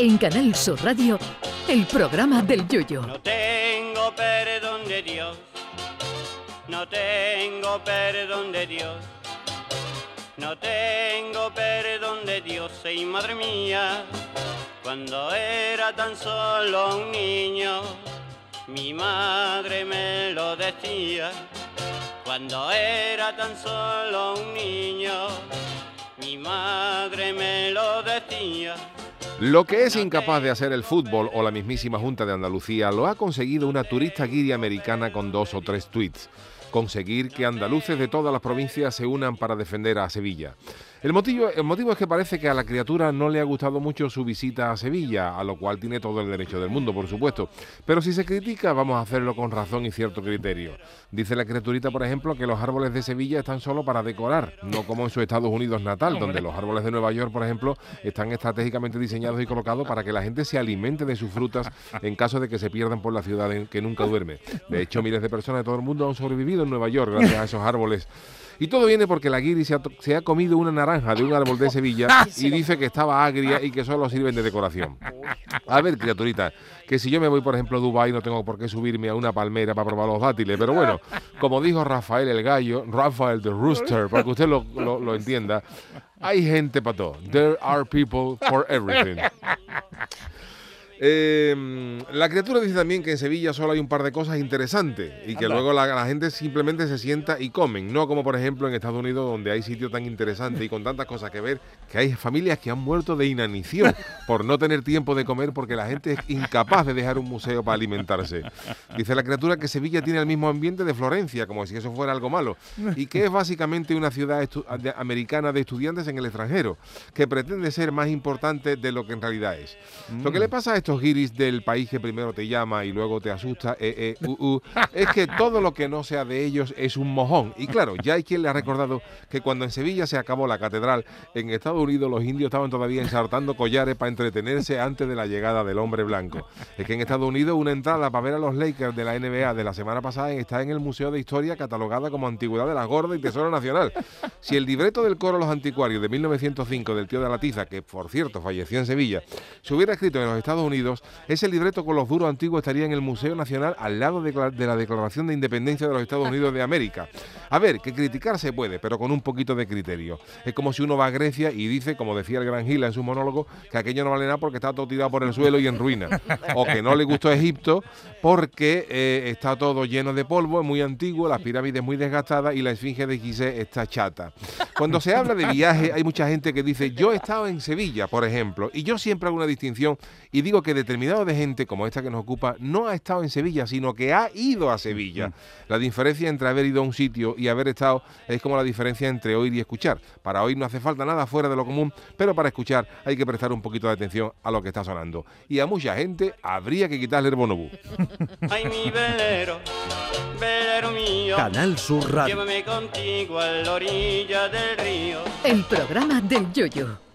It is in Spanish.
En Canal Sur Radio, el programa del Yoyo. No tengo perdón de Dios, no tengo perdón de Dios, no tengo perdón de Dios, y madre mía, cuando era tan solo un niño, mi madre me lo decía. Cuando era tan solo un niño, mi madre me lo decía. Lo que es incapaz de hacer el fútbol o la mismísima Junta de Andalucía lo ha conseguido una turista guiri americana con 2 o 3 tweets. Conseguir que andaluces de todas las provincias se unan para defender a Sevilla. El motivo es que parece que a la criatura no le ha gustado mucho su visita a Sevilla, a lo cual tiene todo el derecho del mundo, por supuesto. Pero si se critica, vamos a hacerlo con razón y cierto criterio. Dice la criaturita, por ejemplo, que los árboles de Sevilla están solo para decorar, no como en su Estados Unidos natal, donde los árboles de Nueva York, por ejemplo, están estratégicamente diseñados y colocados para que la gente se alimente de sus frutas en caso de que se pierdan por la ciudad que nunca duerme. De hecho, miles de personas de todo el mundo han sobrevivido en Nueva York gracias a esos árboles. Y todo viene porque la guiri se ha comido una naranja de un árbol de Sevilla y dice que estaba agria y que solo sirven de decoración. A ver, criaturita, que si yo me voy, por ejemplo, a Dubái, no tengo por qué subirme a una palmera para probar los dátiles. Pero bueno, como dijo Rafael el gallo, Rafael the Rooster, para que usted lo entienda, hay gente para todo. There are people for everything. La criatura dice también que en Sevilla solo hay un par de cosas interesantes y que luego la gente simplemente se sienta y comen, no como por ejemplo en Estados Unidos, donde hay sitios tan interesantes y con tantas cosas que ver, que hay familias que han muerto de inanición por no tener tiempo de comer porque la gente es incapaz de dejar un museo para alimentarse. Dice la criatura que Sevilla tiene el mismo ambiente de Florencia, como si eso fuera algo malo, y que es básicamente una ciudad americana de estudiantes en el extranjero, que pretende ser más importante de lo que en realidad es. Lo que le pasa a estos guiris del país que primero te llama y luego te asusta, es que todo lo que no sea de ellos es un mojón. Y claro, ya hay quien le ha recordado que cuando en Sevilla se acabó la catedral, en Estados Unidos los indios estaban todavía ensartando collares para entretenerse antes de la llegada del hombre blanco. Es que en Estados Unidos una entrada para ver a los Lakers de la NBA de la semana pasada está en el Museo de Historia, catalogada como Antigüedad de las Gordas y Tesoro Nacional. Si el libreto del coro Los Anticuarios de 1905 del tío de la Tiza, que por cierto falleció en Sevilla, se hubiera escrito en los Estados Unidos, ese libreto con los duros antiguos estaría en el Museo Nacional al lado de la Declaración de Independencia de los Estados Unidos de América. A ver, que criticar se puede, pero con un poquito de criterio. Es como si uno va a Grecia y dice, como decía el gran Gila en su monólogo, que aquello no vale nada porque está todo tirado por el suelo y en ruina. O que no le gustó Egipto porque está todo lleno de polvo, es muy antiguo, las pirámides muy desgastadas y la esfinge de Gizeh está chata. Cuando se habla de viaje, hay mucha gente que dice, yo he estado en Sevilla, por ejemplo, y yo siempre hago una distinción y digo que determinado de gente, como esta que nos ocupa, no ha estado en Sevilla, sino que ha ido a Sevilla. La diferencia entre haber ido a un sitio y haber estado es como la diferencia entre oír y escuchar. Para oír no hace falta nada fuera de lo común, pero para escuchar hay que prestar un poquito de atención a lo que está sonando. Y a mucha gente habría que quitarle el bonobú. Ay, mi velero, velero mío, Canal Sur Radio. llévame contigo a la orilla del río. El programa del Yoyo.